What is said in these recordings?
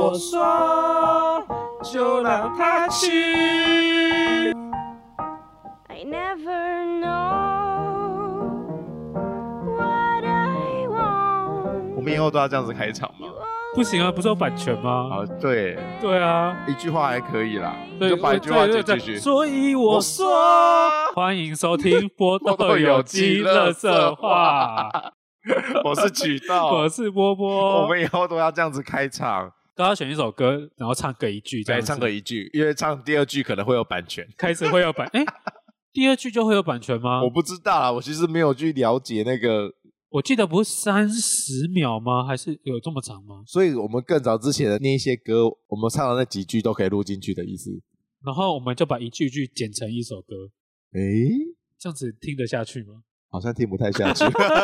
我说，就让它去。 I never know what I want. 我们以后都要这样子开场吗？ 不行啊，不是有版权吗？ 啊，对， 对啊， 一句话还可以啦， 对， 就把一句话对剪进去。 所以我说，欢迎收听波豆有机垃圾话。 我是曲豆， 我是波波。 我们以后都要这样子开场， 都要选一首歌，然后唱个一句，这样对，唱个一句，因为唱第二句可能会有版权。 开始会有版，第二句就会有版权吗？ 我不知道啦，我其实没有去了解那个。 我记得不是30秒吗？还是有这么长吗？ 所以我们更早之前的那些歌，我们唱的那几句都可以录进去的意思。 然后我们就把一句句剪成一首歌。这样子听得下去吗？ 好像听不太下去。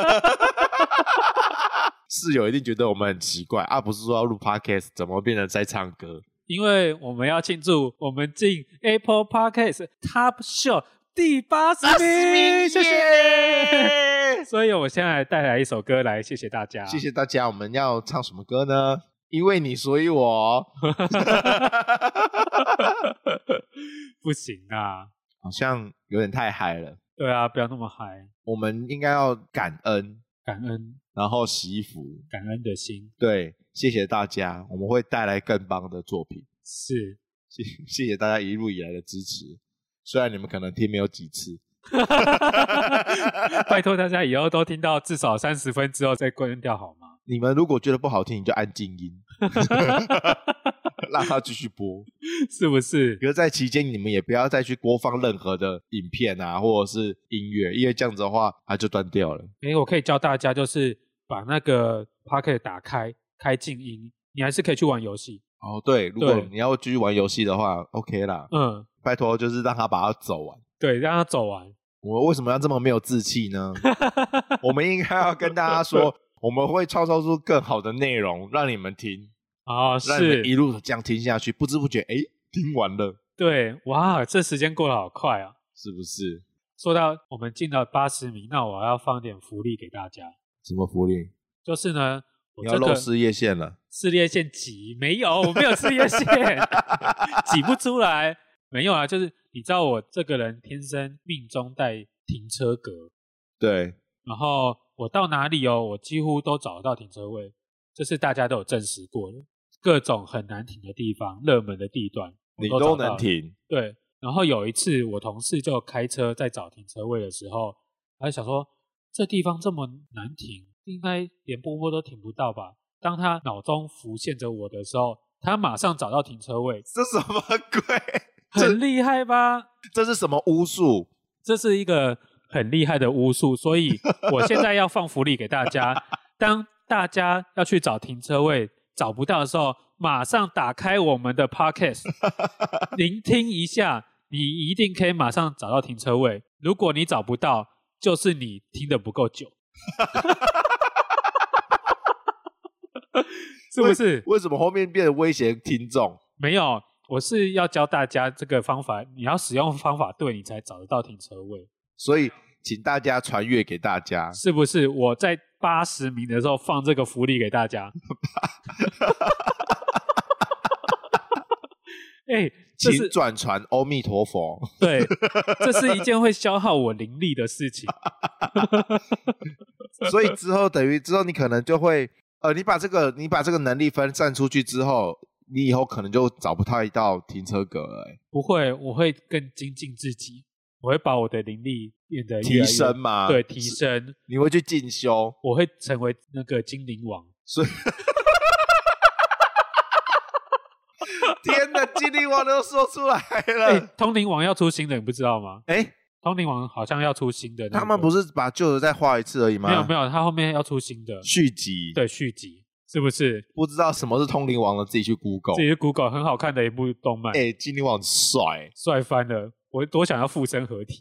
室友一定觉得我们很奇怪啊，不是说要录 podcast， 怎么变成在唱歌？ 因为我们要庆祝我们进 Apple Podcast Top Show 第80名，谢谢。所以我现在带来一首歌来谢谢大家。 谢谢大家。我们要唱什么歌呢？因为你所以我。 不行啊， 好像有点太嗨了。 对啊，不要那么嗨。 我们应该要感恩，然后惜福， 感恩的心。 对，谢谢大家，我们会带来更棒的作品。 是， 谢谢大家一路以来的支持，虽然你们可能听没有几次。 拜托大家以后都听到至少30分之后再关掉好吗？ 你们如果觉得不好听，你就按静音。让它继续播， 是不是？ 可是在期间你们也不要再去播放任何的影片啊，或者是音乐，因为这样子的话它就断掉了。 我可以教大家，就是把那个 Pocket 打开，开静音，你还是可以去玩游戏。 哦，对，如果你要继续玩游戏的话 OK 啦。拜托就是让他把它走完。对，让他走完。我为什么要这么没有志气呢？我们应该要跟大家说，我们会创造出更好的内容让你们听。是，让你们一路的这样听下去，不知不觉听完了。对，哇，这时间过得好快啊，是不是？说到我们进到80名，那我要放点福利给大家。什么福利？就是呢，你要露事业线了。事业线挤？没有，我没有事业线，挤不出来。没有啊，就是你知道我这个人天生命中带停车格。对。然后我到哪里我几乎都找得到停车位，这是大家都有证实过的。各种很难停的地方，热门的地段你都能停。对，然后有一次我同事就开车在找停车位的时候，他就想说这地方这么难停，应该连波波都停不到吧。当他脑中浮现着我的时候，他马上找到停车位。这什么鬼？很厉害吧？这是什么巫术？这是一个很厉害的巫术，所以我现在要放福利给大家。当大家要去找停车位找不到的时候，马上打开我们的 Podcast 聆听一下，你一定可以马上找到停车位。如果你找不到，就是你听得不够久。是不是？为什么后面变得威胁听众？没有，我是要教大家这个方法，你要使用方法对，你才找得到停车位。所以请大家传阅给大家。是不是？我在80名的时候放这个福利给大家。请转传阿弥陀佛。对，这是一件会消耗我灵力的事情。所以之后你可能就会你把这个能力分散出去之后，你以后可能就找不到停车格了。不会，我会更精进自己，我会把我的灵力变得越来越提升吗？对，提升。你会去进修？我会成为那个精灵王。所以天哪，精灵王都说出来了。通灵王要出新的，你不知道吗？通灵王好像要出新的，他们不是把旧的再画一次而已吗？没有，他后面要出新的续集。对，续集。是不是？不知道什么是通灵王的，自己去 Google， 很好看的一部动漫。精灵王帅，帅翻了，我多想要附身合体。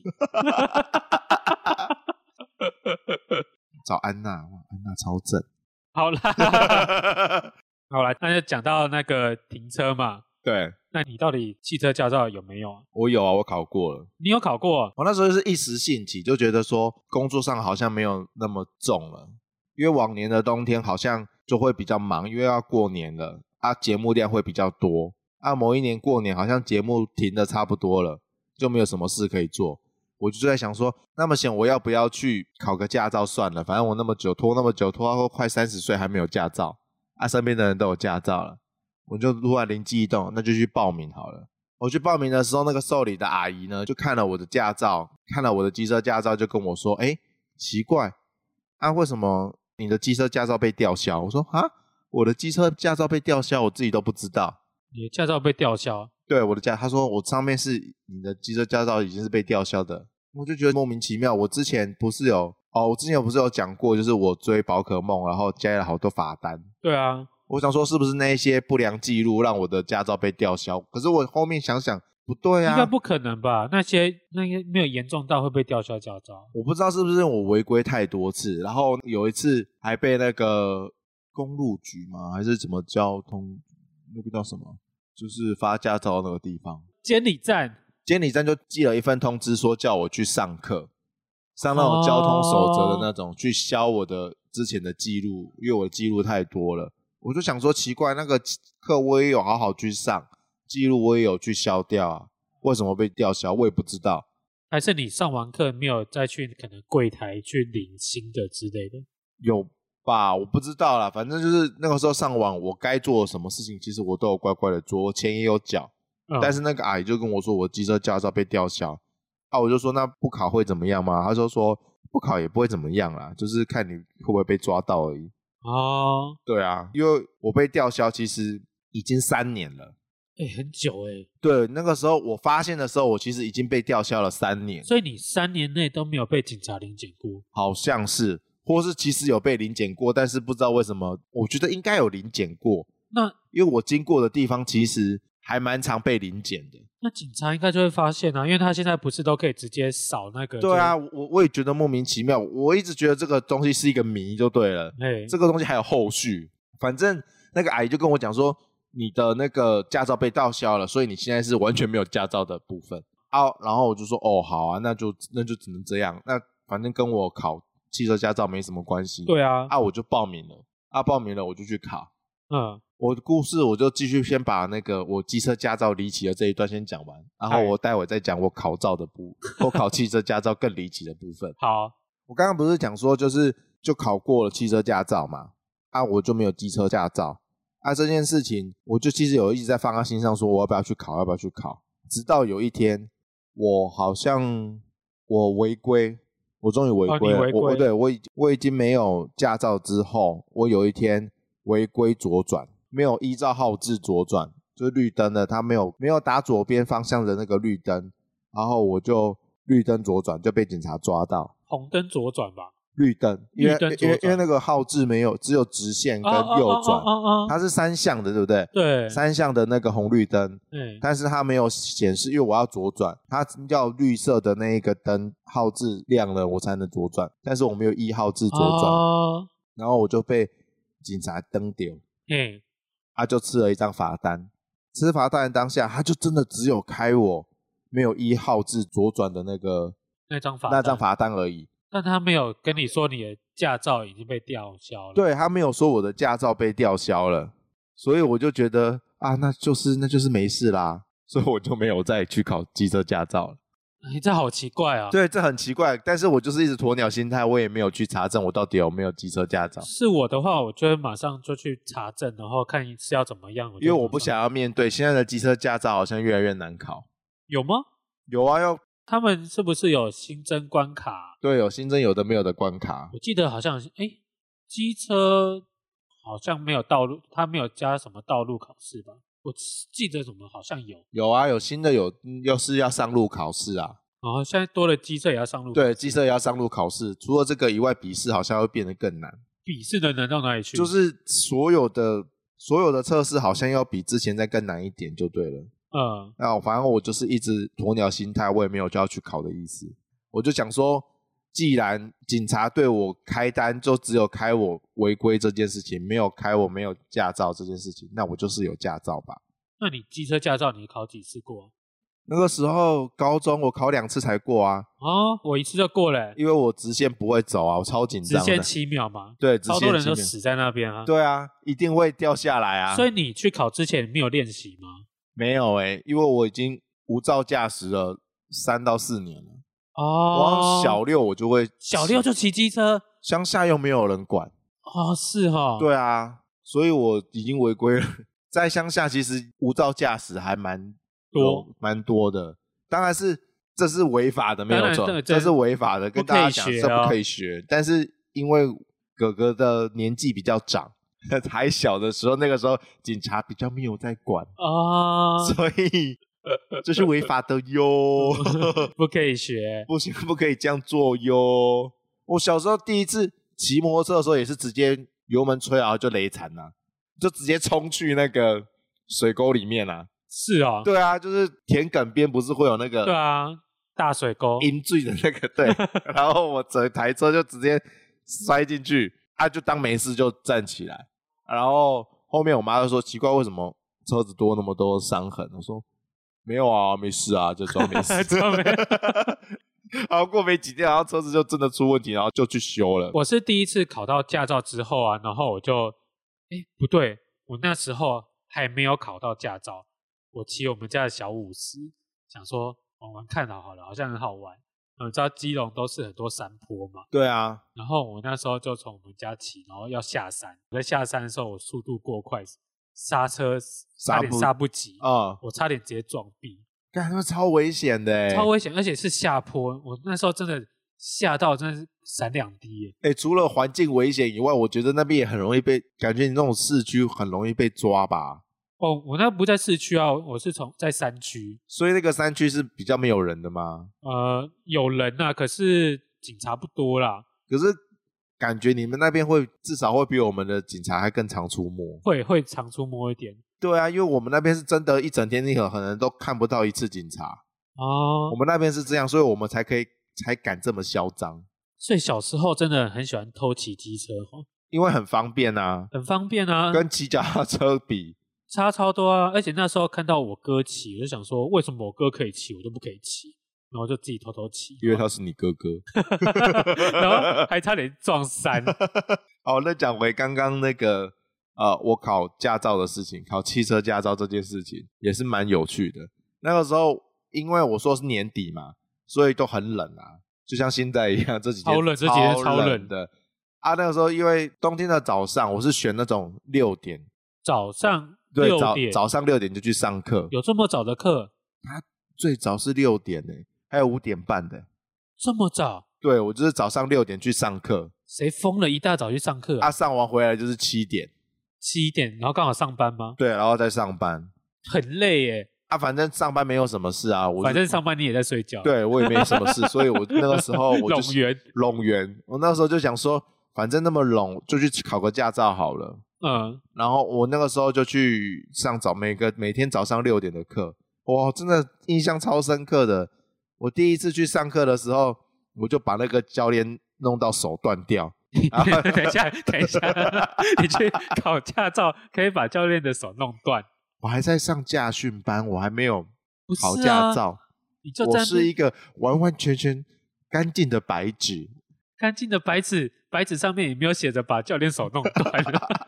找安娜，哇，安娜超正。好啦，好啦，那就讲到那个停车嘛。对，那你到底汽车驾照有没有啊？我有啊，我考过了。你有考过？我那时候是一时兴起，就觉得说工作上好像没有那么重了，因为往年的冬天好像就会比较忙，因为要过年了节目量会比较多某一年过年好像节目停的差不多了，就没有什么事可以做，我就在想说那么闲我要不要去考个驾照算了，反正我那么久拖到快30岁还没有驾照身边的人都有驾照了，我就突然灵机一动，那就去报名好了。我去报名的时候，那个受理的阿姨呢就看了我的驾照，看了我的机车驾照，就跟我说奇怪为什么你的机车驾照被吊销？我说我的机车驾照被吊销我自己都不知道。 你的驾照被吊销？ 对，我的他说我上面是你的机车驾照已经是被吊销的，我就觉得莫名其妙。我之前不是有讲过，就是我追宝可梦然后加了好多罚单。 对啊， 我想说是不是那一些不良记录让我的驾照被吊销，可是我后面想想不对啊， 应该不可能吧，那些没有严重到会被吊销驾照。 我不知道是不是我违规太多次，然后有一次还被那个公路局吗还是什么交通那个叫什么，就是发驾照那个地方监理站就寄了一份通知说叫我去上课，上那种交通守则的那种去消我的之前的记录，因为我的记录太多了。我就想说奇怪，那个课我也有好好去上，记录我也有去消掉为什么被吊销我也不知道。 还是你上完课没有再去可能柜台去领新的之类的？ 有吧，我不知道啦，反正就是那个时候上网我该做什么事情其实我都有乖乖的做，我钱也有缴但是那个阿姨就跟我说我机车驾照被吊销我就说那不考会怎么样吗？她就说不考也不会怎么样啦，就是看你会不会被抓到而已。对啊，因为我被吊销其实已经3年了。 很久对，那个时候我发现的时候我其实已经被吊销了3年。 所以你3年内都没有被警察临检过？ 好像是，或是其实有被临检过，但是不知道为什么，我觉得应该有临检过。 那因为我经过的地方其实还蛮常被临检的。 那警察应该就会发现因为他现在不是都可以直接扫那个。 对啊，我也觉得莫名其妙，我一直觉得这个东西是一个谜就对了。这个东西还有后续，反正那个阿姨就跟我讲说你的那个驾照被吊销了，所以你现在是完全没有驾照的部分然后我就说好啊，那就只能这样，那反正跟我考汽车驾照没什么关系。 对啊我就报名了报名了我就去考。 我的故事我就继续先把那个我机车驾照离奇的这一段先讲完，然后我待会再讲我考照的我考汽车驾照更离奇的部分。 好， 我刚刚不是讲说就考过了汽车驾照嘛我就没有机车驾照这件事情我就其实有一直在放在心上说我要不要去考，直到有一天我好像我违规，我终于违规了。我已经没有驾照之后，我有一天违规左转，没有依照号志左转，就是绿灯的他没有打左边方向的那个绿灯，然后我就绿灯左转就被警察抓到。 红灯左转吧？ 绿灯，因为那个号志没有，只有直线跟右转，它是3项的，对不对？ 对 ，3项的那个红绿灯，但是它没有显示，因为我要左转，它要绿色的那一个灯号志亮了我才能左转，但是我没有依号志左转，然后我就被警察登丢，就吃了一张罚单。吃罚单的当下，他就真的只有开我没有依号志左转的那张罚单而已。 但他没有跟你说你的驾照已经被吊销了。 对，他没有说我的驾照被吊销了，所以我就觉得那就是没事啦，所以我就没有再去考机车驾照了。 这好奇怪啊。 对，这很奇怪，但是我就是一直鸵鸟心态，我也没有去查证我到底有没有机车驾照。 是我的话，我就会马上就去查证，然后看是要怎么样。 因为我不想要面对现在的机车驾照好像越来越难考。 有吗？ 有啊， 他们是不是有新增关卡？ 对，有新增有的没有的关卡。 我记得好像机车好像没有道路，他没有加什么道路考试吧？我记得怎么好像有啊，有新的又是要上路考试啊。 现在多了机车也要上路考试。 对，机车也要上路考试。除了这个以外，笔试好像会变得更难。 笔试的难到哪里去？ 就是所有的测试好像要比之前再更难一点就对了。反正我就是一直鸵鸟心态，我也没有就要去考的意思。我就想说，既然警察对我开单就只有开我违规这件事情，没有开我没有驾照这件事情，那我就是有驾照吧。 那你机车驾照你考几次过？ 那个时候高中我考2次才过啊。 哦，我1次就过了， 因为我直线不会走啊，我超紧张的。 直线7秒嘛， 对，直线7秒， 超多人都死在那边啊。 对啊，一定会掉下来啊。 所以你去考之前你没有练习吗？ 没有因为我已经无照驾驶了3到4年了。 哦， 我小6我就会， 小6就骑机车， 乡下又没有人管。 哦，是哦。 对啊，所以我已经违规了。在乡下其实无照驾驶还蛮多的，当然是这是违法的，没有错，这是违法的，跟大家讲这不可以学。但是因为哥哥的年纪比较长，还小的时候，那个时候警察比较没有在管所以这是违法的哟， 不可以学， 不行，不可以这样做哟。我小时候第一次骑摩托车的时候，也是直接油门吹然后就雷残啊，就直接冲去那个水沟里面啊。 是啊， 对啊，就是田埂边不是会有那个， 对啊，大水沟饮醉的那个，对。然后我整台车就直接塞进去，就当没事就站起来。然后后面我妈就说奇怪，为什么车子多那么多伤痕？我说没有啊，没事啊，就装没事。然后过没几天，然后车子就真的出问题，然后就去修了。 我是第一次考到驾照之后啊，然后我就，不对，我那时候还没有考到驾照，我骑我们家的小50，想说玩看好了，好像很好玩。你知道基隆都是很多山坡嘛？ 对啊。 然后我那时候就从我们家骑，然后要下山。我在下山的时候，我速度过快，刹车差点刹不及我差点直接撞壁。 干，那超危险的超危险，而且是下坡。我那时候真的吓到，真的是闪2滴除了环境危险以外，我觉得那边也很容易被，感觉你那种市区很容易被抓吧。 我那不在市区啊，我是在山区。 所以那个山区是比较没有人的吗？ 有人啊，可是警察不多啦。 可是感觉你们那边至少会比我们的警察还更常出没。 会常出没一点。 对啊，因为我们那边是真的一整天你可能都看不到1次警察。我们那边是这样，所以我们才敢这么嚣张。 所以小时候真的很喜欢偷骑机车因为很方便啊。 很方便啊， 跟骑脚踏车比差超多啊。而且那时候看到我哥骑，我就想说为什么我哥可以骑我就不可以骑，然后就自己偷偷骑。 因为他是你哥哥。 然后还差点撞山。 好，那讲回刚刚那个我考驾照的事情，考汽车驾照这件事情也是蛮有趣的。那个时候因为我说是年底嘛，所以都很冷啊，就像现在一样，这几天超冷的那个时候因为冬天的早上，我是选那种6点， 早上6点， 早上6点就去上课。 有这么早的课？ 他最早是6点还有5点半的。 这么早？ 对，我就是早上6点去上课。 谁疯了一大早去上课上完回来就是7点。 7点，然后刚好上班吗？ 对，然后再上班。 很累耶。 反正上班没有什么事啊， 反正上班你也在睡觉。 对，我也没什么事，所以我那个时候我就冗员。我那时候就想说，反正那么冷，就去考个驾照好了。然后我那个时候就去上每天早上6点的课。哇，真的印象超深刻的。我第一次去上课的时候，我就把那个教练弄到手断掉。 等一下，你去考驾照可以把教练的手弄断？ 我还在上驾训班，我还没有考驾照。我是一个完完全全干净的白纸。 干净的白纸，白纸上面也没有写着把教练手弄断。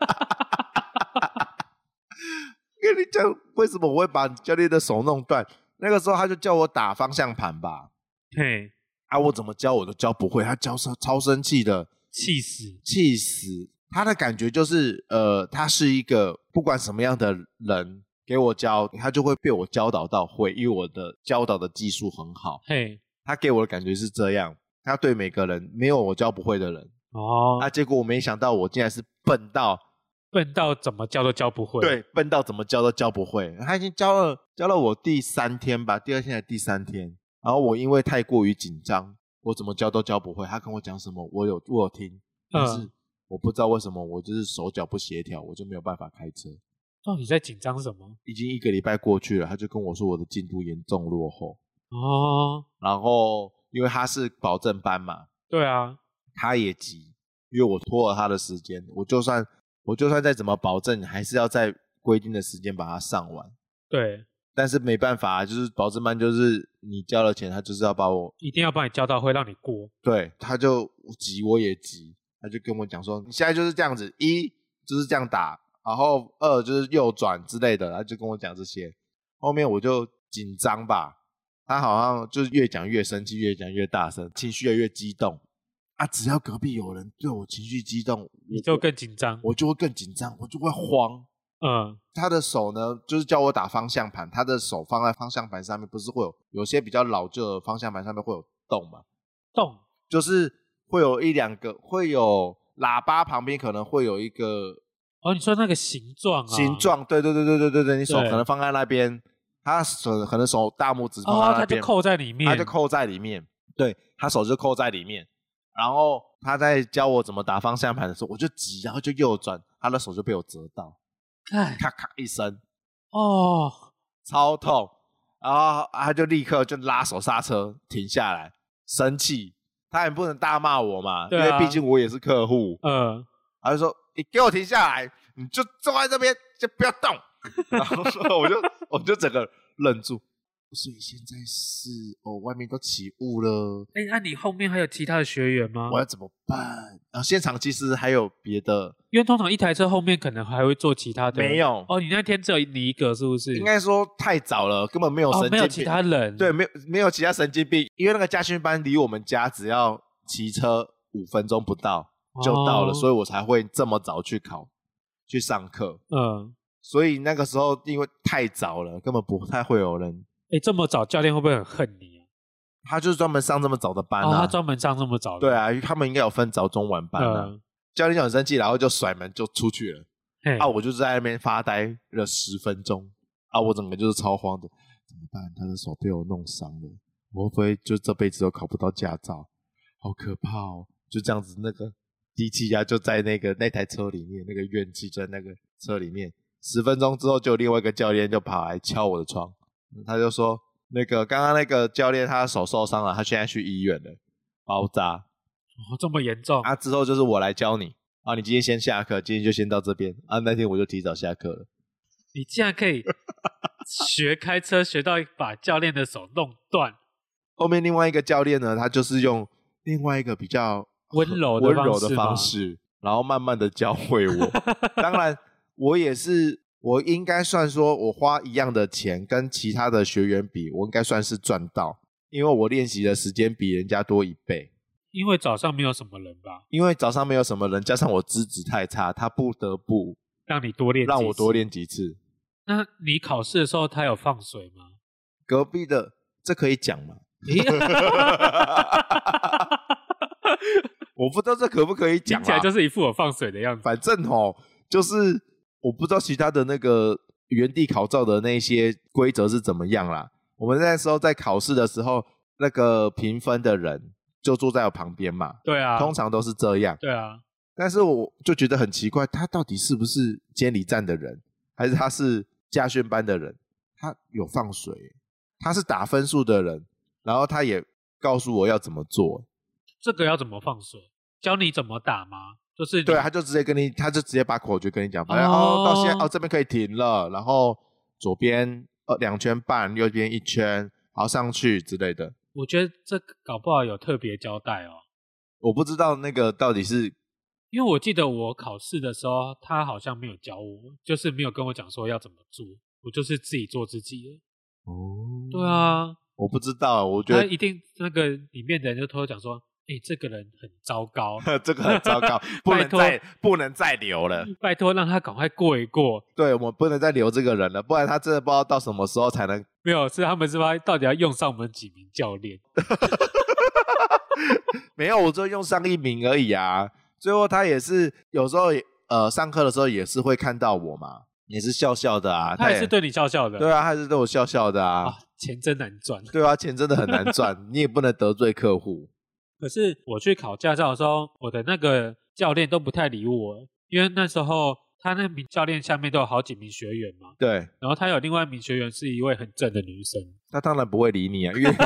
跟你讲，为什么我会把教练的手弄断？那个时候他就叫我打方向盘吧。 嘿， 我怎么教我都教不会，他教超生气的。 气死！ 他的感觉就是他是一个不管什么样的人给我教，他就会被我教导到会，因为我的教导的技术很好。他给我的感觉是这样，他对每个人没有我教不会的人。结果我没想到我竟然是笨到怎么教都教不会。 对，笨到怎么教都教不会。他已经教了我第3天吧，第2天还是第3天，然后我因为太过于紧张，我怎么教都教不会。他跟我讲什么我有听，但是我不知道为什么我就是手脚不协调，我就没有办法开车。 到底在紧张什么？ 已经1个礼拜过去了，他就跟我说我的进度严重落后。然后因为他是保证班嘛， 对啊， 他也急，因为我拖了他的时间，我就算再怎么保证，还是要在规定的时间把它上完。 对， 但是没办法，就是保证班就是你交了钱，他就是要把我一定要帮你交到会让你过。 对，他就急我也急，他就跟我讲说，你现在就是这样子，一就是这样打，然后二就是右转之类的，他就跟我讲这些。后面我就紧张吧，他好像就是越讲越生气，越讲越大声，情绪越激动啊！只要隔壁有人对我情绪激动， 你就更紧张， 我就会更紧张，我就会慌。他的手呢，就是叫我打方向盘，他的手放在方向盘上面，不是会有些比较老旧的方向盘上面会有洞吗？ 洞就是会有一两个，会有喇叭旁边可能会有一个。 哦，你说那个形状啊？ 形状，对，你手可能放在那边，他手可能手大拇指放在那边， 他就扣在里面， 他就扣在里面，对，他手就扣在里面。然后他在教我怎么打方向盘的时候，我就急，然后就右转，他的手就被我折到。咔咔一声，超痛，然后他就立刻就拉手刹车停下来，生气，他也不能大骂我嘛，因为毕竟我也是客户，他就说你给我停下来，你就坐在这边就不要动，然后我就整个愣住。所以现在是外面都起雾了。 那你后面还有其他的学员吗？ 我要怎么办？现场其实还有别的， 因为通常一台车后面可能还会坐其他的。 没有你那天只有你一个是不是？ 应该说太早了，根本没有神经病， 没有其他人。 对，没有其他神经病，因为那个驾训班离我们家只要骑车5分钟不到就到了，所以我才会这么早去上课。所以那个时候因为太早了，根本不太会有人。 这么早教练会不会很恨你啊？ 他就是专门上这么早的班啊。 他专门上这么早的。 对啊，他们应该有分早中晚班啊。教练就很生气，然后就甩门就出去了。我就在那边发呆了10分钟。我整个就是超慌的，怎么办？他的手被我弄伤了，我会不会就这辈子都考不到驾照？好可怕哦！就这样子，那个低气压就在那台车里面，那个怨气就在那个车里面。10分钟之后，就另外一个教练就跑来敲我的窗。他就说刚刚那个教练他的手受伤了，他现在去医院了，包扎。 这么严重之后就是我来教你你今天先下课，今天就先到这边那天我就提早下课了。 你竟然可以学开车学到把教练的手弄断。 后面另外一个教练呢，他就是用另外一个比较温柔的方式然后慢慢的教会我。当然我应该算说我花一样的钱跟其他的学员比，我应该算是赚到，因为我练习的时间比人家多1倍。 因为早上没有什么人吧？ 因为早上没有什么人，加上我资质太差，他不得不让我多练几次。 那你考试的时候他有放水吗？ 隔壁的这可以讲吗？我不知道这可不可以讲， 听起来就是一副有放水的样子。 反正就是我不知道其他的那个原地考照的那些规则是怎么样啦。我们那时候在考试的时候，那个评分的人就坐在我旁边嘛。 对啊， 通常都是这样。 对啊， 但是我就觉得很奇怪，他到底是不是监理站的人，还是他是驾训班的人？他有放水，他是打分数的人，然后他也告诉我要怎么做。 这个要怎么放水？教你怎么打吗？就是对，他就直接把口诀跟你讲，反正到现在这边可以停了，然后左边2圈半，右边1圈，好上去之类的。 我觉得这搞不好有特别交代哦。 我不知道那个到底是， 因为我记得我考试的时候，他好像没有教我，就是没有跟我讲说要怎么做，我就是自己做自己的。对啊， 我不知道，我觉得他一定那个里面的人就偷偷讲说。这个人很糟糕， 这个很糟糕，不能再留了， 拜托让他赶快过一过。 对，我们不能再留这个人了，不然他真的不知道到什么时候才能。 没有，是他们是不是到底要用上我们几名教练？ 没有，我就用上1名而已啊。最后他也是有时候上课的时候也是会看到我嘛，也是笑笑的啊。 他也是对你笑笑的。 对啊，他也是对我笑笑的啊。 钱真难赚。 对啊，钱真的很难赚，你也不能得罪客户。 可是我去考驾照的时候，我的那个教练都不太理我，因为那时候他那名教练下面都有好几名学员嘛。 对。 然后他有另外一名学员是一位很正的女生， 他当然不会理你啊，因为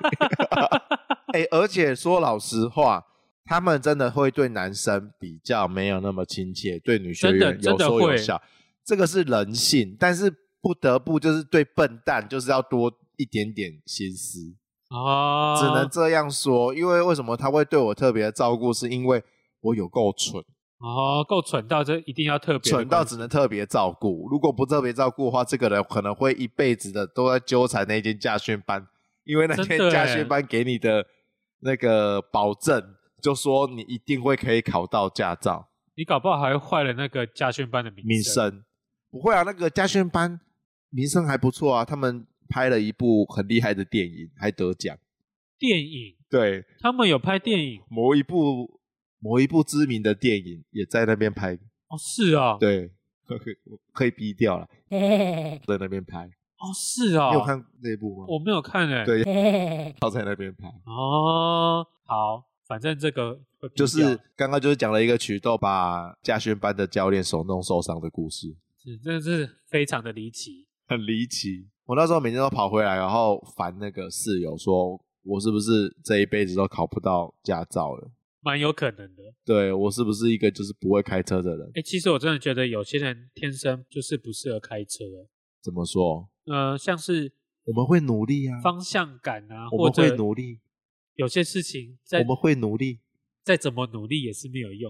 而且说老实话，他们真的会对男生比较没有那么亲切，对女学员有说有笑，这个是人性，但是不得不就是对笨蛋就是要多一点点心思只能这样说。因为为什么他会对我特别的照顾，是因为我有够蠢够蠢到这一定要特别蠢到只能特别照顾。如果不特别照顾的话，这个人可能会一辈子的都在纠缠那间驾训班，因为那间驾训班给你的那个保证就说你一定会可以考到驾照， 你搞不好还会坏了那个驾训班的名声。 不会啊，那个驾训班名声还不错啊，他们拍了一部很厉害的电影，还得奖。 电影？ 对， 他们有拍电影， 某一部知名的电影也在那边拍。 是啊， 对，可以逼掉了，在那边拍。 是啊， 你有看那一部吗？ 我没有看对，他在那边拍。 好，反正这个就是刚刚就是讲了一个曲豆把驾训班的教练手弄受伤的故事， 真的是非常的离奇， 很离奇。我那时候每天都跑回来，然后烦那个室友说，我是不是这一辈子都考不到驾照了？ 蛮有可能的。对， 我是不是一个就是不会开车的人？ 其实我真的觉得有些人天生就是不适合开车。 怎么说？ 像是我们会努力啊， 方向感啊， 我们会努力。 有些事情我们会努力， 再怎么努力也是没有用。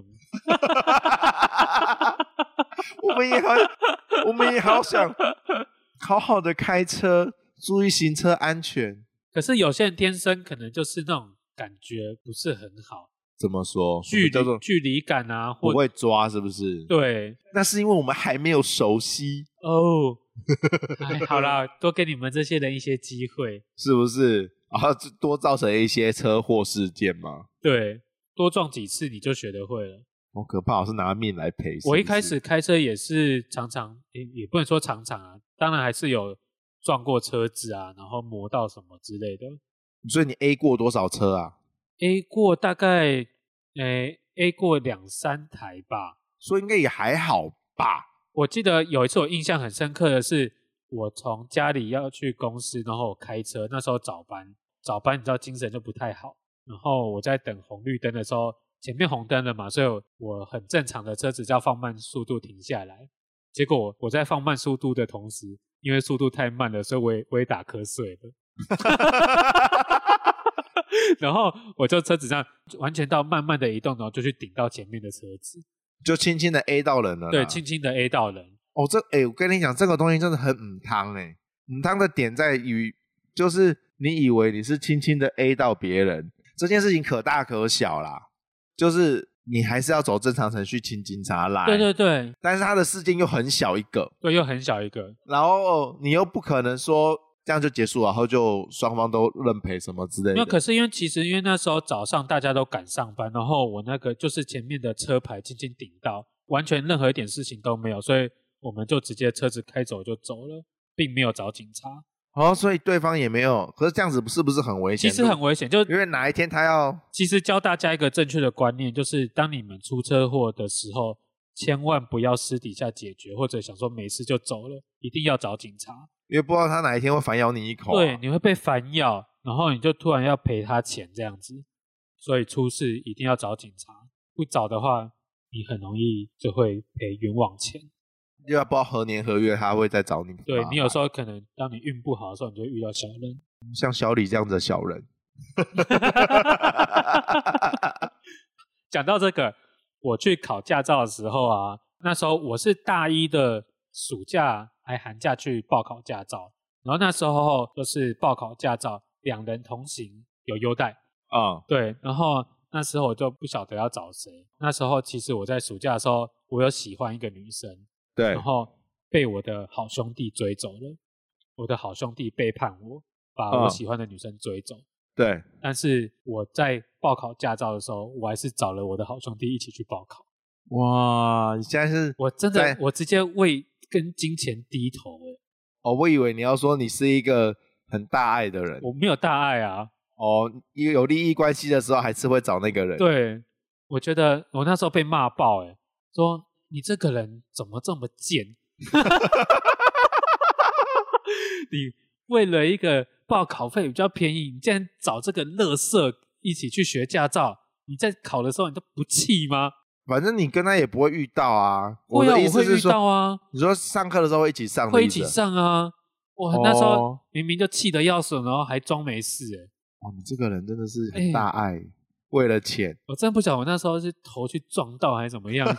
我们也好想好好的开车，注意行车安全。 可是有些人天生可能就是那种感觉不是很好。 怎么说？ 距离感啊， 不会抓是不是？ 对， 那是因为我们还没有熟悉好啦，多给你们这些人一些机会， 是不是？然后多造成一些车祸事件嘛。 对，多撞几次你就学得会了。 好可怕，我是拿命来赔。 我一开始开车也是常常，也不能说常常啊，当然还是有撞过车子啊，然后磨到什么之类的。 所以你 A 过多少车啊 ？A 过大概A 过2-3台吧， 所以应该也还好吧。 我记得有一次我印象很深刻的是，我从家里要去公司，然后我开车，那时候早班你知道精神就不太好，然后我在等红绿灯的时候，前面红灯了嘛，所以我很正常的车子就要放慢速度停下来，结果我在放慢速度的同时，因为速度太慢了，所以我也打瞌睡了。然后我就车子上完全到慢慢的移动，然后就去顶到前面的车子， 就轻轻的 A 到人了。 对，轻轻的 A 到人。 我跟你讲，这个东西真的很母汤母汤的点在于，就是你以为你是轻轻的 A 到别人，这件事情可大可小啦，就是你还是要走正常程序请警察来。 对对对。 但是他的事件又很小一个。 对，又很小一个。 然后你又不可能说这样就结束了，然后就双方都认赔什么之类的。 没有，可是因为那时候早上大家都赶上班，然后我那个就是前面的车牌轻轻顶到，完全任何一点事情都没有，所以我们就直接车子开走就走了，并没有找警察。 所以对方也没有。可是这样子是不是很危险？ 其实很危险，就因为哪一天他要…… 其实教大家一个正确的观念，就是当你们出车祸的时候，千万不要私底下解决，或者想说没事就走了，一定要找警察。 因为不知道他哪一天会反咬你一口。 对，你会被反咬，然后你就突然要赔他钱这样子，所以出事一定要找警察，不找的话你很容易就会赔冤枉钱。 又要不知道何年何月他会再找你。 对，你有时候可能当你运不好的时候，你就会遇到小人， 像小李这样子的小人。 讲到这个，我去考驾照的时候啊，那时候我是大一的暑假还寒假去报考驾照，然后那时候就是报考驾照2人同行有优待对，然后那时候我就不晓得要找谁。那时候其实我在暑假的时候，我有喜欢一个女生， 对， 然后被我的好兄弟追走了。我的好兄弟背叛我，把我喜欢的女生追走。 对， 但是我在报考驾照的时候，我还是找了我的好兄弟一起去报考。 哇，你现在是我真的我直接为跟金钱低头我以为你要说你是一个很大爱的人。 我没有大爱啊。 有利益关系的时候还是会找那个人。 对，我觉得我那时候被骂爆说你这个人怎么这么贱。你为了一个报考费比较便宜，你竟然找这个垃圾一起去学驾照，你在考的时候你都不气吗？ 反正你跟他也不会遇到啊。 我的意思是说， 我会遇到啊。 你说上课的时候会一起上的， 会一起上啊。我那时候明明就气得要死，然后还装没事你这个人真的是很大爱，为了钱。 我真不晓得我那时候是头去撞到还是怎么样。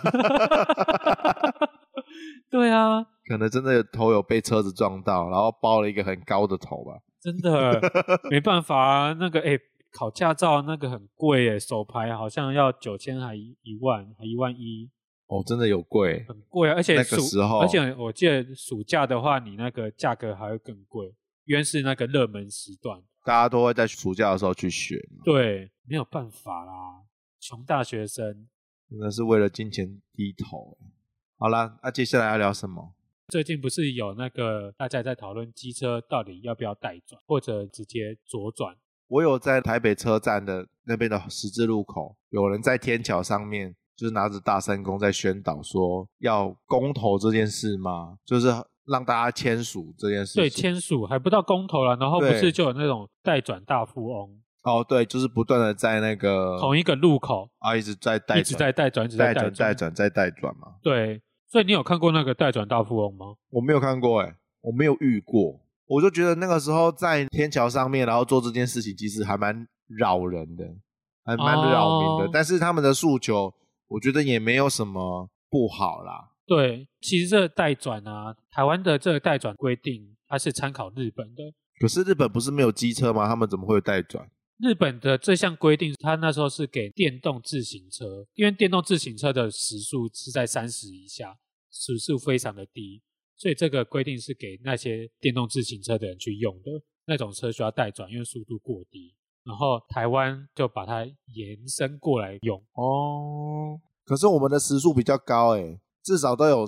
对啊， 可能真的头有被车子撞到，然后包了一个很高的头吧。 真的没办法啊，那个考驾照那个很贵手牌好像要9000还1万，还11000。 真的有贵， 很贵啊。而且那个时候， 而且我记得暑假的话，你那个价格还会更贵，因为是那个热门时段， 大家都会在暑假的时候去学嘛。 对，没有办法啦，穷大学生真的是为了金钱低头。好啦，接下来要聊什么？ 最近不是有那个大家在讨论机车到底要不要带转，或者直接左转。 我有在台北车站的那边的十字路口，有人在天桥上面就是拿着大声公在宣导说要公投这件事吗？就是让大家签署这件事情。 对，签署还不到公投了，然后不是就有那种带转大富翁。 对，就是不断的在那个同一个路口一直在带转， 一直在带转，一直在带转再带转嘛。 对，所以你有看过那个带转大富翁吗？ 我没有看过我没有遇过。我就觉得那个时候在天桥上面然后做这件事情其实还蛮扰人的，还蛮扰民的。但是他们的诉求我觉得也没有什么不好啦。 对，其实这个带转啊，台湾的这个带转规定它是参考日本的。 可是日本不是没有机车吗？他们怎么会有带转？ 日本的这项规定它那时候是给电动自行车，因为电动自行车的时速是在30以下，时速非常的低，所以这个规定是给那些电动自行车的人去用的。那种车需要带转，因为速度过低，然后台湾就把它延伸过来用。 可是我们的时速比较高至少都有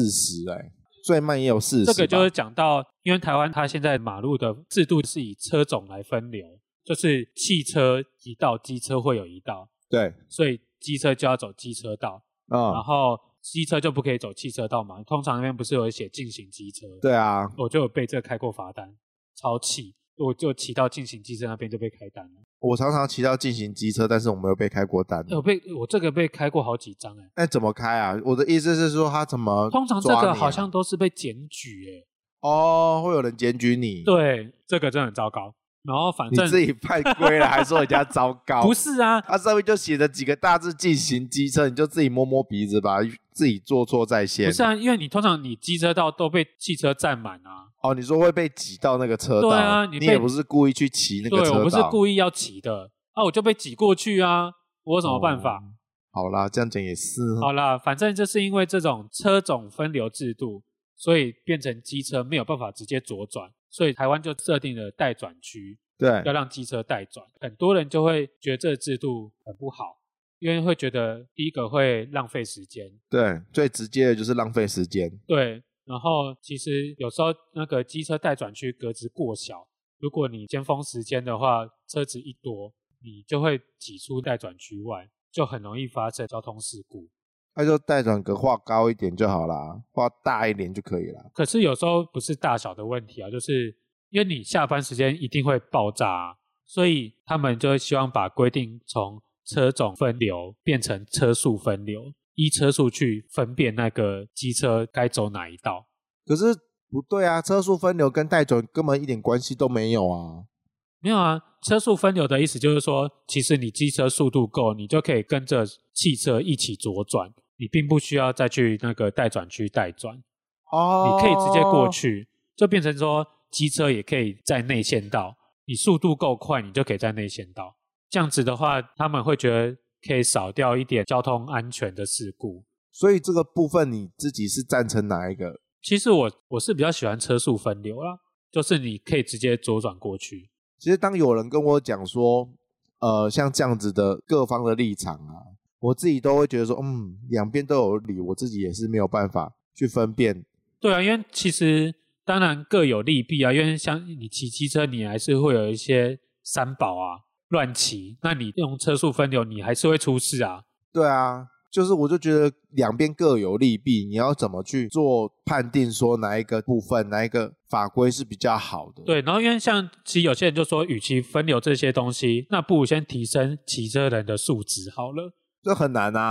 40最慢也有40。 这个就是讲到，因为台湾它现在马路的制度是以车种来分流，就是汽车一道，机车会有一道。 对， 所以机车就要走机车道，然后机车就不可以走汽车道嘛。通常那边不是有写禁行机车？对啊，我就有被这个开过罚单，超气。我就骑到禁行机车那边就被开单了。 我常常骑到禁行机车，但是我没有被开过单。 我这个被开过好几张那怎么开啊？我的意思是说他怎么通常这个好像都是被检举会有人检举你？ 对，这个真的很糟糕。然后反正你自己犯规了还说人家糟糕。 不是啊， 他上面就写着几个大字禁行机车，你就自己摸摸鼻子吧，自己做错在先。 不是啊，因为你通常你机车道都被汽车占满啊。 你说会被挤到那个车道？对啊， 你也不是故意去骑那个车道。 对，我不是故意要骑的我就被挤过去啊，我有什么办法？ 好啦，这样讲也是。 好啦，反正就是因为这种车种分流制度，所以变成机车没有办法直接左转，所以台湾就设定了带转区。对，要让机车带转。很多人就会觉得这个制度很不好，因为会觉得第一个会浪费时间。对， 最直接的就是浪费时间。 对，然后其实有时候那个机车带转区格子过小，如果你尖峰时间的话，车子一多，你就会挤出带转区外，就很容易发生交通事故。 那就带转格画高一点就好啦，画大一点就可以了。 可是有时候不是大小的问题就是因为你下班时间一定会爆炸所以他们就会希望把规定从车种分流变成车速分流，依车速去分辨那个机车该走哪一道。 可是不对啊，车速分流跟带转根本一点关系都没有啊。 没有啊，车速分流的意思就是说，其实你机车速度够，你就可以跟着汽车一起左转，你并不需要再去那个带转区带转。你可以直接过去，就变成说机车也可以在内线道，你速度够快，你就可以在内线道。这样子的话，他们会觉得可以少掉一点交通安全的事故。 所以这个部分你自己是赞成哪一个？ 其实我是比较喜欢车速分流啦，就是你可以直接左转过去。 其实当有人跟我讲说像这样子的各方的立场啊，我自己都会觉得说两边都有理，我自己也是没有办法去分辨。对啊，因为其实当然各有利弊啊，因为像你骑机车你还是会有一些三宝啊乱骑，那你用车速分流你还是会出事啊。 对啊，就是我就觉得两边各有利弊，你要怎么去做判定说哪一个部分哪一个法规是比较好的。 对，然后因为像其实有些人就说与其分流这些东西，那不如先提升骑车人的素质好了。 这很难啊，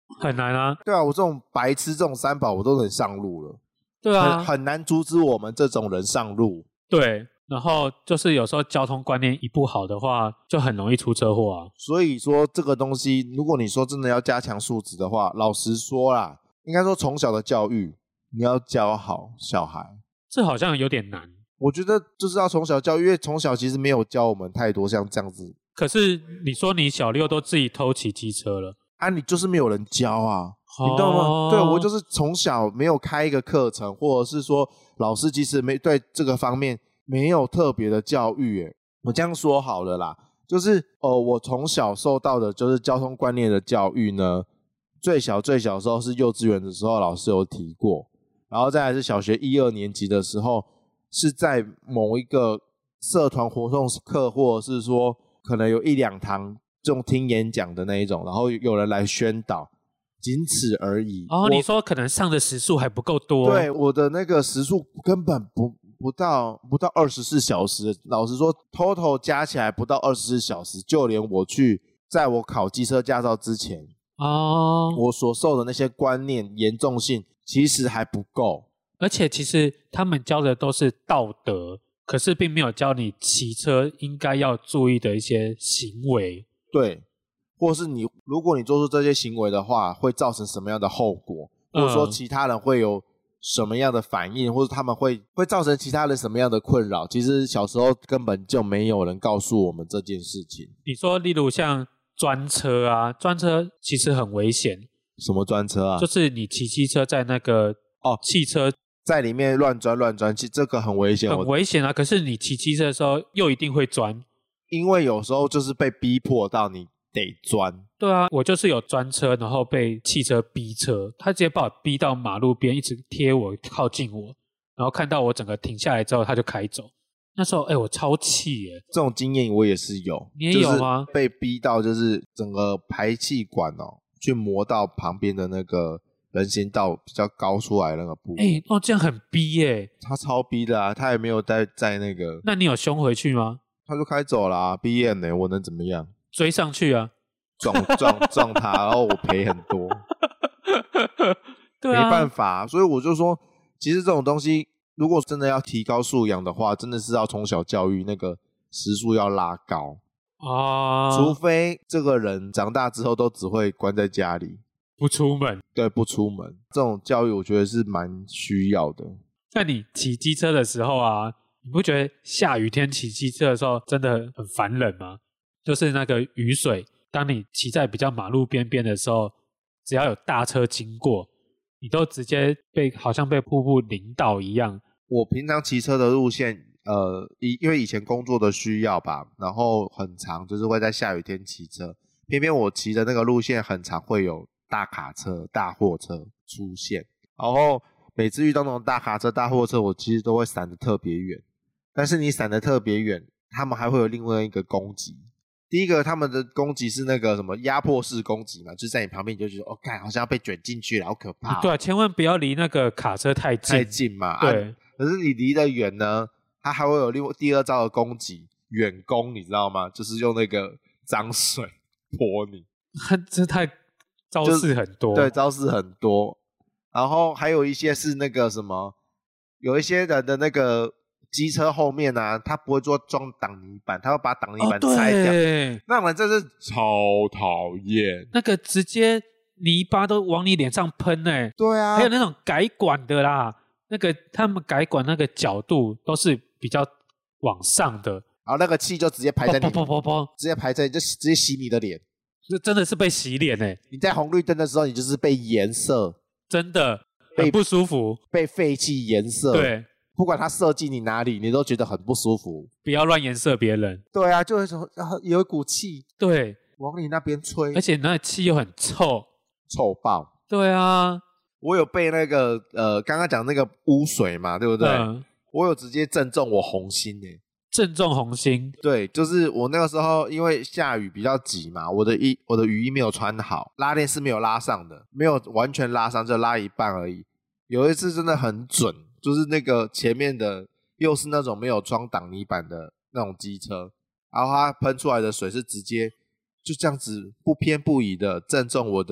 很难啊。 对啊，我这种白痴这种三宝我都能上路了。 对啊， 很难阻止我们这种人上路。 对，然后就是有时候交通观念一不好的话，就很容易出车祸啊。 所以说这个东西，如果你说真的要加强素质的话，老实说啦，应该说从小的教育你要教好小孩， 这好像有点难。 我觉得就是要从小教育，因为从小其实没有教我们太多像这样子。 可是你说你小6都自己偷骑机车了啊，你就是没有人教啊，你懂吗？对，我就是从小没有开一个课程，或者是说老师其实没对这个方面没有特别的教育。耶，我这样说好了啦，就是我从小受到的就是交通观念的教育呢，最小的时候是幼稚园的时候老师有提过，然后再来是小学1、2年级的时候是在某一个社团活动课，或者是说可能有1、2堂这种听演讲的那一种，然后有人来宣导，仅此而已。 你说可能上的时数还不够多。 对，我的那个时数根本不到24小时，老实说 total 加起来不到24小时，就连我在我考机车驾照之前我所受的那些观念严重性其实还不够。 而且其实他们教的都是道德，可是并没有教你骑车应该要注意的一些行为。 对，或是如果你做出这些行为的话会造成什么样的后果，或者说其他人会有什么样的反应，或者他们会造成其他人什么样的困扰，其实小时候根本就没有人告诉我们这件事情。 你说例如像专车啊，专车其实很危险。 什么专车啊？ 就是你骑机车在那个汽车在里面乱钻，其实这个很危险。 很危险啊！可是你骑机车的时候又一定会钻， 因为有时候就是被逼迫到你得钻。 对啊，我就是有专车，然后被汽车逼车，他直接把我逼到马路边，一直贴我靠近我，然后看到我整个停下来之后他就开走。那时候我超气耶。 这种经验我也是有。 你也有吗？ 就是被逼到就是整个排气管去磨到旁边的那个人行道比较高出来的那个部分。 这样很逼耶。他超逼的啊，他也没有在那个。 那你有凶回去吗？ 他就开走啦，逼验呢，我能怎么样？ 追上去啊， 撞他，然后我赔很多。 对啊， 没办法，所以我就说，其实这种东西，如果真的要提高素养的话，真的是要从小教育，那个时数要拉高除非这个人长大之后都只会关在家里。 不出门。 对，不出门，这种教育我觉得是蛮需要的。 那你骑机车的时候啊，你不觉得下雨天骑机车的时候真的很烦人吗？就是那个雨水，当你骑在比较马路边边的时候，只要有大车经过，你都直接好像被瀑布淋到一样。 我平常骑车的路线因为以前工作的需要吧，然后很长，就是会在下雨天骑车，偏偏我骑的那个路线很常会有大卡车大货车出现，然后每次遇到那种大卡车大货车，我其实都会闪得特别远。但是你闪得特别远，他们还会有另外一个攻击。第一个他们的攻击是那个什么压迫式攻击嘛，就是在你旁边你就觉得干好像要被卷进去了，好可怕对啊，千万不要离那个卡车太近嘛。 对可是你离得远呢，他还会有第二招的攻击，远攻，你知道吗？就是用那个脏水泼你。 这太招式很多。 对，招式很多。然后还有一些是那个什么，有一些人的那个机车后面啊，他不会装挡泥板，他会把挡泥板拆掉。那人真是超讨厌。 那个直接泥巴都往你脸上喷对啊。 还有那种改管的啦，那个他们改管那个角度都是比较往上的， 然后那个气就直接排在你，直接排在就直接洗你的脸。 这真的是被洗脸你在红绿灯的时候，你就是被颜色， 真的很不舒服， 被废气颜色。 对。 不管它射进你哪里，你都觉得很不舒服。 不要乱颜色别人。对啊，就会有一股气， 对， 往你那边吹， 而且那气又很臭， 臭爆。 对啊， 我有被那个刚刚讲那个污水嘛，对不对？我有直接正中我红心正中红心。 对，就是我那个时候因为下雨比较急嘛，我的雨衣没有穿好，拉链是没有拉上的，没有完全拉上，就拉一半而已。有一次真的很准。就是那个前面的又是那种没有装挡泥板的那种机车，然后它喷出来的水是直接就这样子不偏不倚的正中我的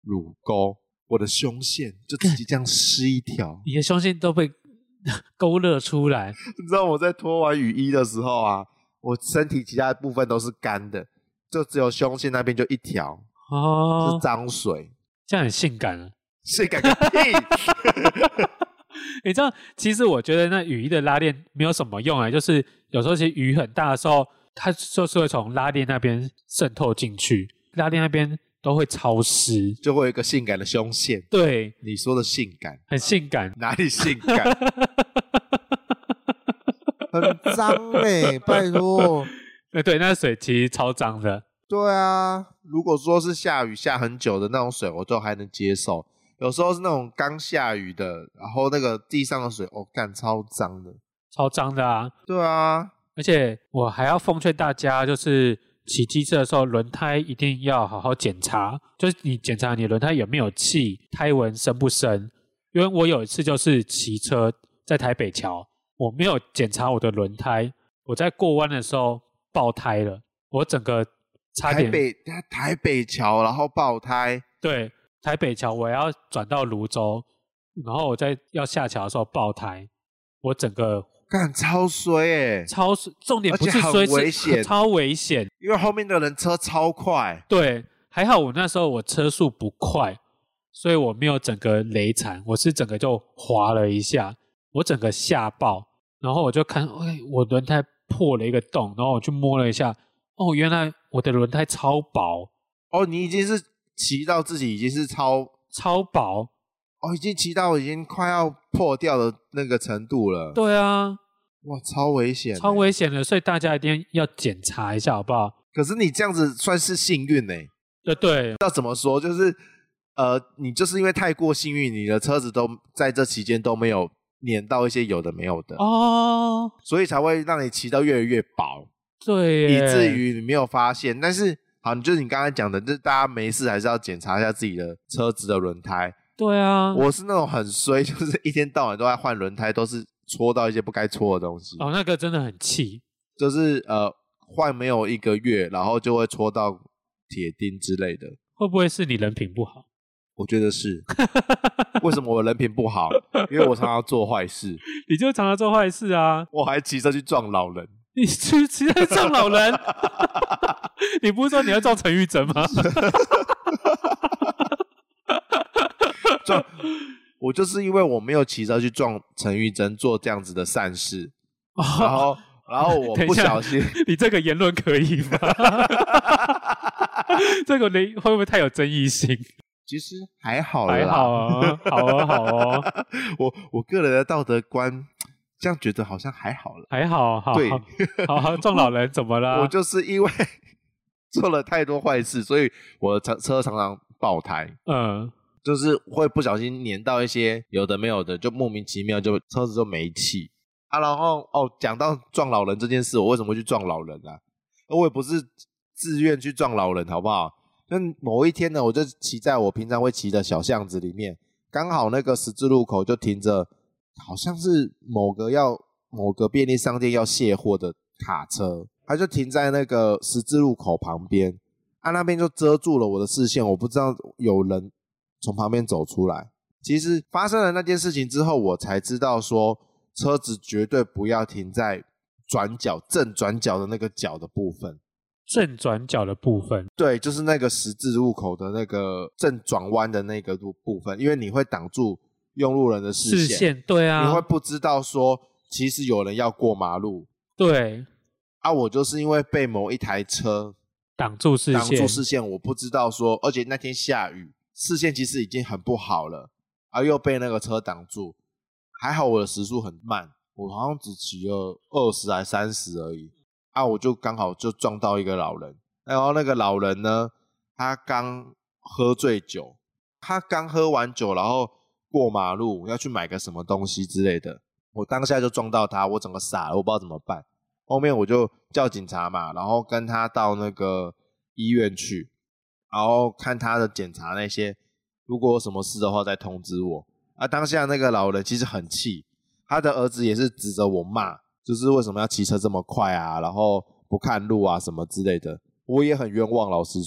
乳沟，我的胸线就直接这样湿一条。 你的胸线都被勾勒出来。 你知道我在脱完雨衣的时候啊，我身体其他的部分都是干的，就只有胸线那边就一条是脏水。 这样很性感啊。 性感个屁你知道其实我觉得那雨衣的拉链没有什么用就是有时候其实雨很大的时候，它就是会从拉链那边渗透进去，拉链那边都会超湿， 就会有一个性感的胸线。 对， 你说的性感， 很性感。 哪里性感？很脏拜托。 对，那水其实超脏的。 对啊，如果说是下雨下很久的那种水，我就还能接受。有时候是那种刚下雨的，然后那个地上的水，干超脏的， 超脏的啊！ 对啊， 而且我还要奉劝大家，就是骑机车的时候，轮胎一定要好好检查，就是你检查你轮胎有没有气，胎纹深不深。因为我有一次就是骑车在台北桥，我没有检查我的轮胎，我在过弯的时候爆胎了，我整个差点台北桥，然后爆胎。 对。台北桥我要转到蘆洲，然后我在要下桥的时候爆胎，我整个干超衰重点不是衰， 危险， 超危险， 因为后面的人车超快。 对，还好我那时候我车速不快，所以我没有整个雷惨，我是整个就滑了一下，我整个吓爆，然后我就看，我轮胎破了一个洞，然后我去摸了一下，原来我的轮胎超薄。 你已经是骑到自己已经是超薄已经骑到已经快要破掉的那个程度了。 对啊， 哇，超危险， 超危险的，所以大家一定要检查一下，好不好？ 可是你这样子算是幸运对， 要怎么说？就是你就是因为太过幸运，你的车子都在这期间都没有碾到一些有的没有的所以才会让你骑到越来越薄。 对耶， 以至于你没有发现。但是好，就是你刚才讲的，就是大家没事还是要检查一下自己的车子的轮胎。 对啊， 我是那种很衰，就是一天到晚都在换轮胎，都是戳到一些不该戳的东西。 那个真的很气， 就是换没有1个月，然后就会戳到铁钉之类的。 会不会是你人品不好？ 我觉得是。为什么我人品不好？因为我常常做坏事。 你就常常做坏事啊！ 我还骑车去撞老人。 你骑车撞老人？你不是说你要撞陈玉珍吗？ 我就是因为我没有騎车去撞陈玉珍做这样子的善事，然后我不小心。 你这个言论可以吗？这个会不会太有争议性？ 其实还好啦， 还好啊，好哦。 我个人的道德观。这样觉得好像还好了， 还好， 对， 好撞老人怎么了？ 我就是因为做了太多坏事，所以我的车常常爆胎，就是会不小心碾到一些有的没有的，就莫名其妙就车子就没气然后讲到撞老人这件事，我为什么会去撞老人啊？我也不是自愿去撞老人，好不好？那某一天呢，我就骑在我平常会骑的小巷子里面，刚好那个十字路口就停着。好像是某个便利商店要卸货的卡车，他就停在那个十字路口旁边，那边就遮住了我的视线，我不知道有人从旁边走出来。其实发生了那件事情之后，我才知道说车子绝对不要停在正转角的那个角的部分。 正转角的部分？对， 就是那个十字路口的那个正转弯的那个部分，因为你会挡住用路人的视线， 对啊， 你会不知道说其实有人要过马路。 对我就是因为被某一台车挡住视线，我不知道说，而且那天下雨，视线其实已经很不好了，又被那个车挡住。还好我的时速很慢，我好像只骑了20还30而已我就刚好就撞到一个老人。然后那个老人呢，他刚喝醉酒，他刚喝完酒，然后过马路要去买个什么东西之类的，我当下就撞到他，我整个傻了，我不知道怎么办。后面我就叫警察嘛，然后跟他到那个医院去，然后看他的检查那些，如果有什么事的话再通知我。当下那个老人其实很气，他的儿子也是指着我骂，就是为什么要骑车这么快然后不看路什么之类的。我也很冤枉，老实说，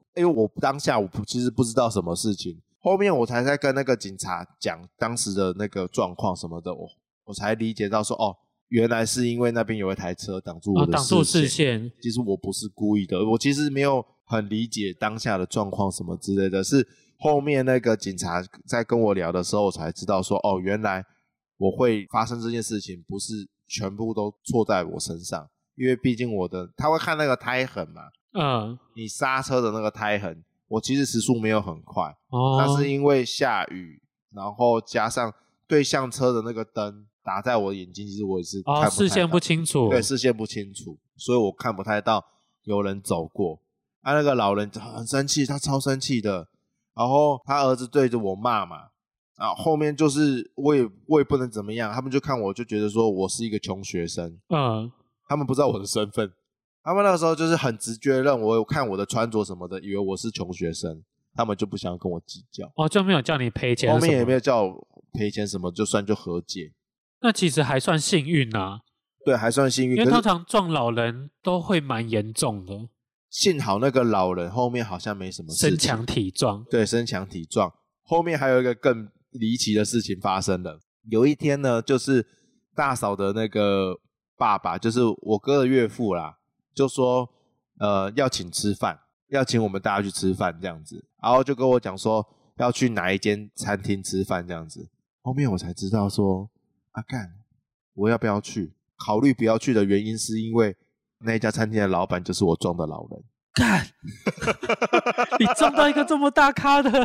因为我当下我其实不知道什么事情，后面我才在跟那个警察讲当时的那个状况什么的，我才理解到说原来是因为那边有一台车挡住我的视线。其实我不是故意的，我其实没有很理解当下的状况什么之类的，是后面那个警察在跟我聊的时候我才知道说原来我会发生这件事情不是全部都错在我身上，因为毕竟他会看那个胎痕嘛，你刹车的那个胎痕，我其实时速没有很快，但是因为下雨，然后加上对向车的那个灯打在我眼睛，其实我也是看不太到， 视线不清楚， 对，视线不清楚，所以我看不太到有人走过。那个老人很生气，他超生气的，然后他儿子对着我骂嘛，后面就是我也不能怎么样，他们就看我就觉得说我是一个穷学生，他们不知道我的身份，他们那个时候就是很直觉认我看我的穿着什么的，以为我是穷学生，他们就不想跟我计较。 就没有叫你赔钱， 后面也没有叫我赔钱什么，就和解。 那其实还算幸运啊。 对，还算幸运， 因为通常撞老人都会蛮严重的。 幸好那个老人后面好像没什么事情， 身强体壮。 对，身强体壮。后面还有一个更离奇的事情发生了。有一天呢，就是大嫂的那个爸爸，就是我哥的岳父啦，就说要请吃饭，要请我们大家去吃饭这样子，然后就跟我讲说要去哪一间餐厅吃饭这样子。后面我才知道说干，我要不要去？考虑不要去的原因是因为那一家餐厅的老板就是我撞的老人。 干你撞到一个这么大咖的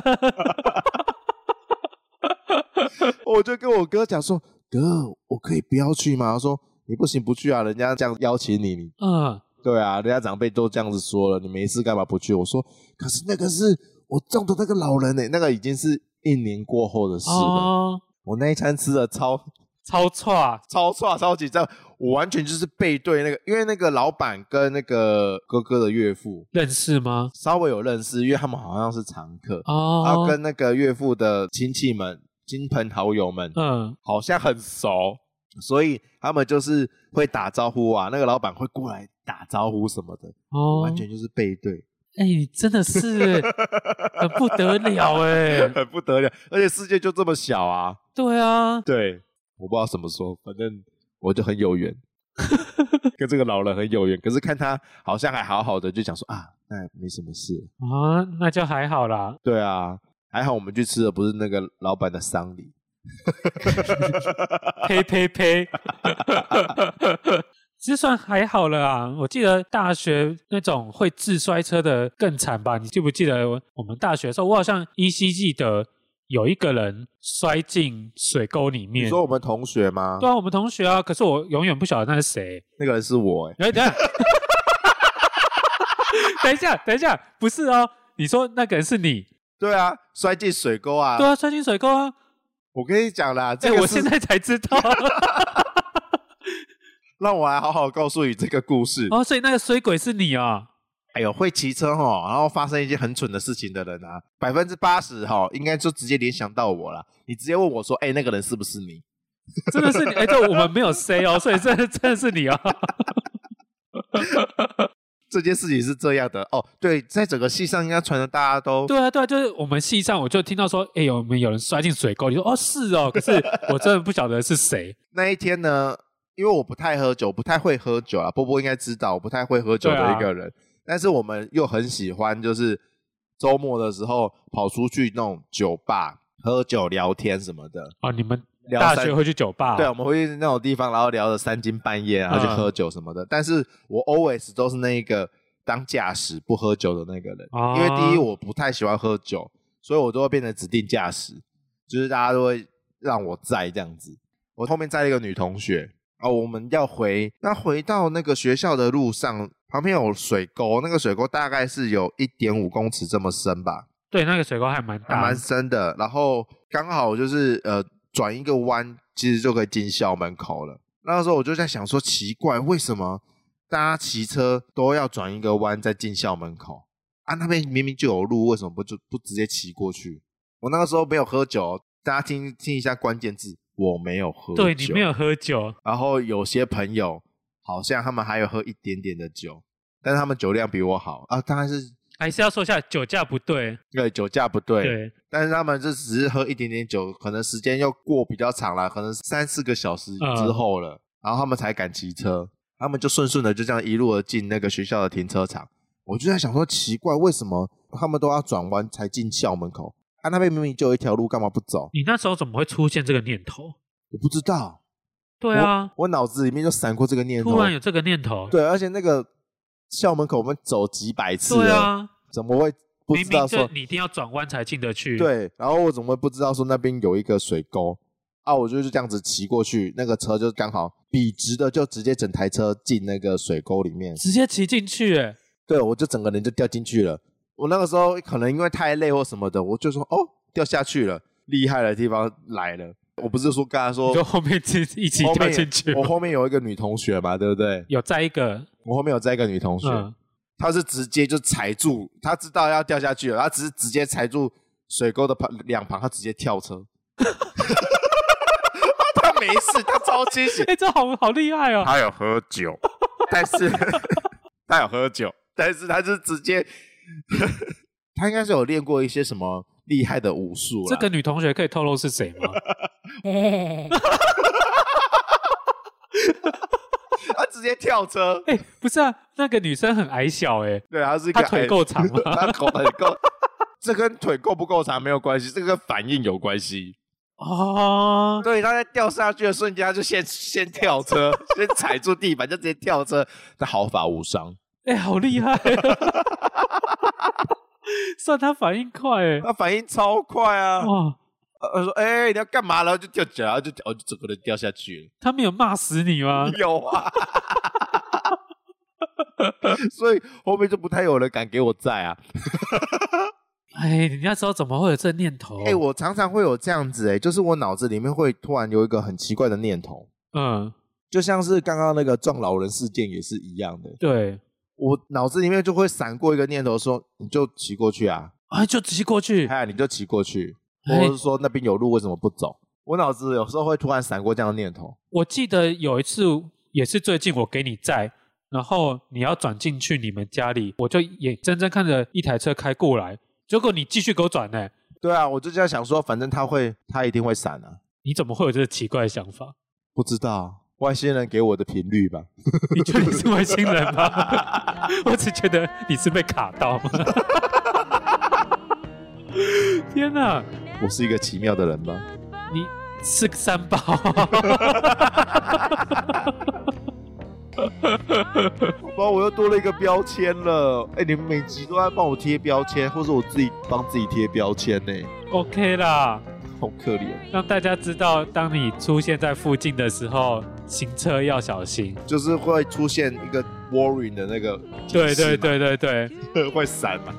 我就跟我哥讲说，哥，我可以不要去吗？他说你不行不去啊，人家这样邀请你对啊，人家长辈都这样子说了，你没事干嘛不去？我说可是那个是我撞的那个老人那个已经是1年过后的事了。我那一餐吃的超级赞，我完全就是背对那个，因为那个老板跟那个哥哥的岳父认识吗？ 稍微有认识，因为他们好像是常客然后跟那个岳父的亲戚们、亲朋好友们好像很熟，所以他们就是会打招呼啊，那个老板会过来打招呼什么的完全就是背对。 你真的是很不得了很不得了，而且世界就这么小啊。 对啊， 对，我不知道怎么说，反正我就很有缘跟这个老人很有缘，可是看他好像还好好的，就讲说那没什么事那就还好啦。 对啊，还好我们去吃的不是那个老板的丧礼呸其实算还好了啊。我记得大学那种会自摔车的更惨吧？你记不记得我们大学的时候，我好像依稀记得有一个人摔进水沟里面。 你说我们同学吗？ 对啊，我们同学啊，可是我永远不晓得那是谁。 那个人是我等一下等一下，不是哦，你说那个人是你？ 对啊，摔进水沟啊。 对啊，摔进水沟啊。 我跟你讲啦， 我现在才知道让我来好好告诉你这个故事所以那个衰鬼是你啊。 会骑车然后发生一件很蠢的事情的人啊，80%应该就直接联想到我啦。你直接问我说那个人是不是你？ 真的是你这我们没有 say 所以真的是你这件事情是这样的对，在整个系上应该传的大家都对啊，就是我们系上我就听到说我们有人摔进水沟里，说是可是我真的不晓得是谁。 那一天呢，因为我不太喝酒，不太会喝酒啦，波波应该知道我不太会喝酒的一个人但是我们又很喜欢就是周末的时候跑出去那种酒吧喝酒聊天什么的你们大学会去酒吧对，我们会去那种地方然后聊得3更半夜然后去喝酒什么的但是我 always 都是那一个当驾驶不喝酒的那个人因为第一我不太喜欢喝酒，所以我都会变成指定驾驶，就是大家都会让我载这样子。我后面载了一个女同学我们要回到那个学校的路上，旁边有水沟，那个水沟大概是有 1.5公尺这么深吧。 对，那个水沟还蛮大， 还蛮深的。然后刚好就是转一个弯，其实就可以进校门口了。那个时候我就在想说，奇怪，为什么大家骑车都要转一个弯再进校门口那边明明就有路，为什么不直接骑过去？我那个时候没有喝酒，大家听一下关键字。我没有喝酒。 对，你没有喝酒。 然后有些朋友好像他们还有喝一点点的酒，但是他们酒量比我好大概是还是要说一下酒驾不对。 对，酒驾不对。对，但是他们就只是喝一点点酒，可能时间又过比较长了，可能3-4个小时之后了，然后他们才敢骑车，他们就顺顺的就这样一路而进那个学校的停车场。我就在想说，奇怪，为什么他们都要转弯才进校门口？那边明明就有一条路，干嘛不走？ 你那时候怎么会出现这个念头？ 我不知道。 对啊， 我脑子里面就闪过这个念头， 突然有这个念头。 对，而且那个校门口我们走几百次了， 对啊， 怎么会不知道说明明你一定要转弯才进得去？ 对，然后我怎么会不知道说那边有一个水沟啊？我就这样子骑过去，那个车就刚好笔直的，就直接整台车进那个水沟里面， 直接骑进去耶。 对，我就整个人就掉进去了。我那个时候可能因为太累或什么的，我就说哦，掉下去了，厉害的地方来了。我不是说刚才说， 就后面一起掉进去。 我后面有一个女同学嘛，对不对？ 有载一个， 我后面有载一个女同学，她是直接就踩住，她知道要掉下去了，她只是直接踩住水沟的两旁，她直接跳车。她没事，她超清醒。 这好厉害哦！ 她有喝酒，但是她有喝酒。但是他就直接，他应该是有练过一些什么厉害的武术啦。 这个女同学可以透露是谁吗？ 他直接跳车。 不是啊，那个女生很矮小对， 她是一个她腿够长吗？ 她腿够，这跟腿够不够长没有关系，这跟反应有关系。 哦， 对，他在掉下去的瞬间，他就先跳车，先踩住地板就直接跳车，他毫发无伤。 好厉害！算他反应快他反应超快啊！ 哇， 他说：“你要干嘛？”然后就掉起来，就整个人掉下去了。 他没有骂死你吗？ 有啊，所以后面就不太有人敢给我载啊。 你那时候怎么会有这念头？ 我常常会有这样子就是我脑子里面会突然有一个很奇怪的念头，就像是刚刚那个撞老人事件也是一样的。 对。 我脑子里面就会闪过一个念头说，你就骑过去啊， 就骑过去， 你就骑过去，或者是说那边有路为什么不走？我脑子有时候会突然闪过这样的念头。 我记得有一次也是最近我给你载，然后你要转进去你们家里，我就眼睁睁看着一台车开过来，结果你继续给我转呢。 对啊，我就这样想说，反正他一定会闪啊。 你怎么会有这个奇怪的想法？ 不知道。外星人给我的频率吧。 你觉得你是外星人吗？我只觉得你是被卡到。天哪， 我是一个奇妙的人吗？ 你是个三宝。 我又多了一个标签了。你们每集都在帮我贴标签，或者我自己帮自己贴标签呢。 OK 啦。 好可怜， 让大家知道，当你出现在附近的时候，行车要小心。 就是会出现一个 warning 的那个， 对， 会闪嘛。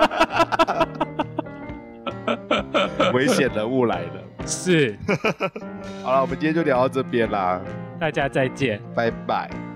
危险人物来了， 是。 好了，我们今天就聊到这边啦， 大家再见， 拜拜。